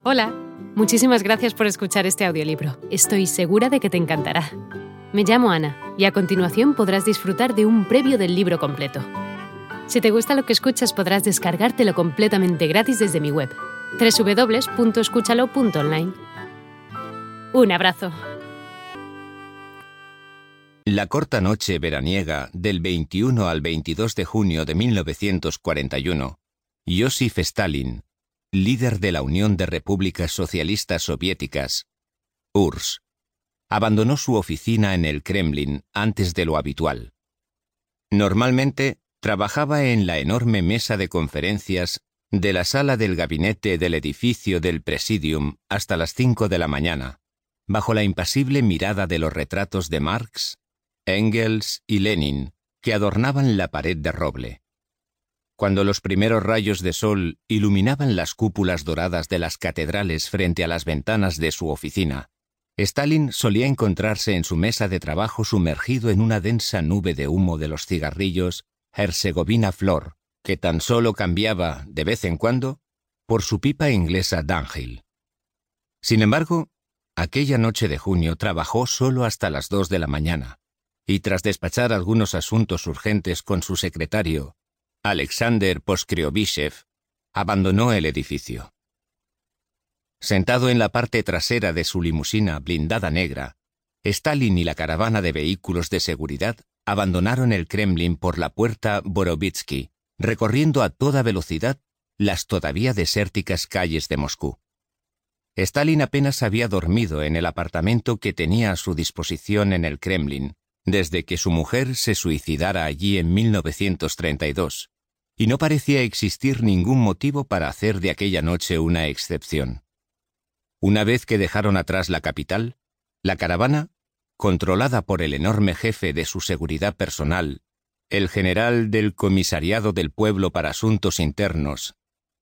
Hola, muchísimas gracias por escuchar este audiolibro. Estoy segura de que te encantará. Me llamo Ana y a continuación podrás disfrutar de un previo del libro completo. Si te gusta lo que escuchas, podrás descargártelo completamente gratis desde mi web, www.escúchalo.online. Un abrazo. La corta noche veraniega del 21 al 22 de junio de 1941, Josif Stalin, líder de la Unión de Repúblicas Socialistas Soviéticas, URSS, abandonó su oficina en el Kremlin antes de lo habitual. Normalmente, trabajaba en la enorme mesa de conferencias de la sala del gabinete del edificio del Presidium hasta las 5 de la mañana, bajo la impasible mirada de los retratos de Marx, Engels y Lenin que adornaban la pared de roble. Cuando los primeros rayos de sol iluminaban las cúpulas doradas de las catedrales frente a las ventanas de su oficina, Stalin solía encontrarse en su mesa de trabajo sumergido en una densa nube de humo de los cigarrillos Herzegovina Flor, que tan solo cambiaba, de vez en cuando, por su pipa inglesa Dunhill. Sin embargo, aquella noche de junio trabajó solo hasta las 2 de la mañana, y tras despachar algunos asuntos urgentes con su secretario, Alexander Poskreobyshev, abandonó el edificio. Sentado en la parte trasera de su limusina blindada negra, Stalin y la caravana de vehículos de seguridad abandonaron el Kremlin por la puerta Borovitsky, recorriendo a toda velocidad las todavía desérticas calles de Moscú. Stalin apenas había dormido en el apartamento que tenía a su disposición en el Kremlin desde que su mujer se suicidara allí en 1932, y no parecía existir ningún motivo para hacer de aquella noche una excepción. Una vez que dejaron atrás la capital, la caravana, controlada por el enorme jefe de su seguridad personal, el general del Comisariado del Pueblo para Asuntos Internos,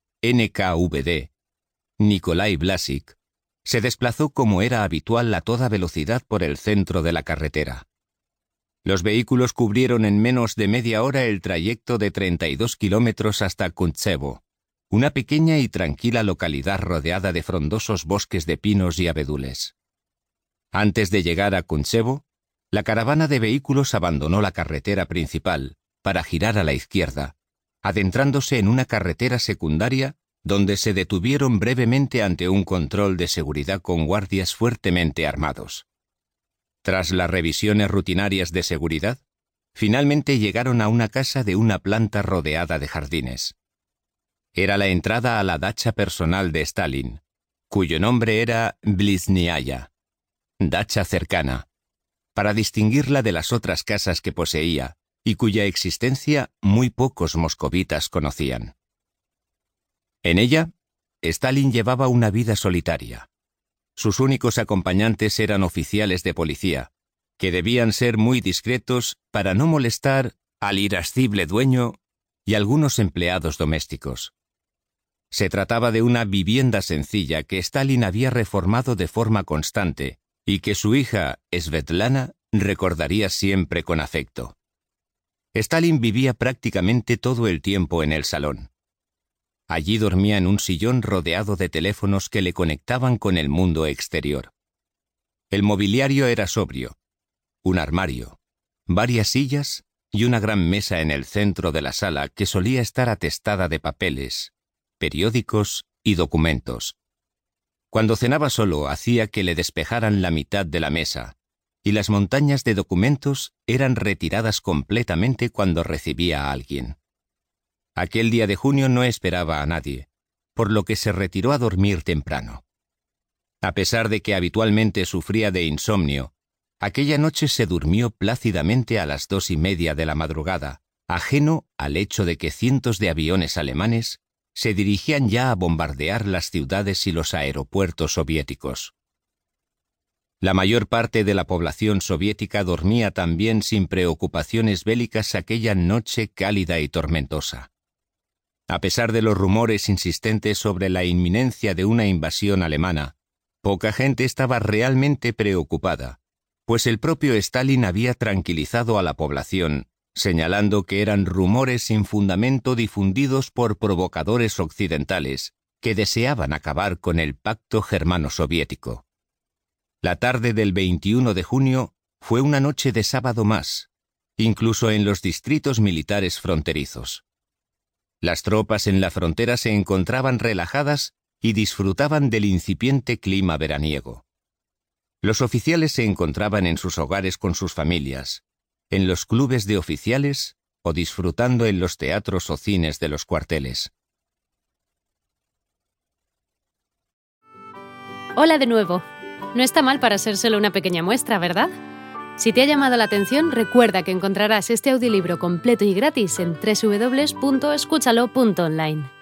NKVD, Nikolai Blasik, se desplazó como era habitual a toda velocidad por el centro de la carretera. Los vehículos cubrieron en menos de media hora el trayecto de 32 kilómetros hasta Kuntsevo, una pequeña y tranquila localidad rodeada de frondosos bosques de pinos y abedules. Antes de llegar a Kuntsevo, la caravana de vehículos abandonó la carretera principal para girar a la izquierda, adentrándose en una carretera secundaria donde se detuvieron brevemente ante un control de seguridad con guardias fuertemente armados. Tras las revisiones rutinarias de seguridad, finalmente llegaron a una casa de una planta rodeada de jardines. Era la entrada a la dacha personal de Stalin, cuyo nombre era Bliznyaya, dacha cercana, para distinguirla de las otras casas que poseía y cuya existencia muy pocos moscovitas conocían. En ella, Stalin llevaba una vida solitaria. Sus únicos acompañantes eran oficiales de policía, que debían ser muy discretos para no molestar al irascible dueño y algunos empleados domésticos. Se trataba de una vivienda sencilla que Stalin había reformado de forma constante y que su hija, Svetlana, recordaría siempre con afecto. Stalin vivía prácticamente todo el tiempo en el salón. Allí dormía en un sillón rodeado de teléfonos que le conectaban con el mundo exterior. El mobiliario era sobrio: un armario, varias sillas y una gran mesa en el centro de la sala que solía estar atestada de papeles, periódicos y documentos. Cuando cenaba solo, hacía que le despejaran la mitad de la mesa, y las montañas de documentos eran retiradas completamente cuando recibía a alguien. Aquel día de junio no esperaba a nadie, por lo que se retiró a dormir temprano. A pesar de que habitualmente sufría de insomnio, aquella noche se durmió plácidamente a las 2:30 de la madrugada, ajeno al hecho de que cientos de aviones alemanes se dirigían ya a bombardear las ciudades y los aeropuertos soviéticos. La mayor parte de la población soviética dormía también sin preocupaciones bélicas aquella noche cálida y tormentosa. A pesar de los rumores insistentes sobre la inminencia de una invasión alemana, poca gente estaba realmente preocupada, pues el propio Stalin había tranquilizado a la población, señalando que eran rumores sin fundamento difundidos por provocadores occidentales que deseaban acabar con el pacto germano-soviético. La tarde del 21 de junio fue una noche de sábado más, incluso en los distritos militares fronterizos. Las tropas en la frontera se encontraban relajadas y disfrutaban del incipiente clima veraniego. Los oficiales se encontraban en sus hogares con sus familias, en los clubes de oficiales o disfrutando en los teatros o cines de los cuarteles. Hola de nuevo. No está mal para ser solo una pequeña muestra, ¿verdad? Si te ha llamado la atención, recuerda que encontrarás este audiolibro completo y gratis en www.escúchalo.online.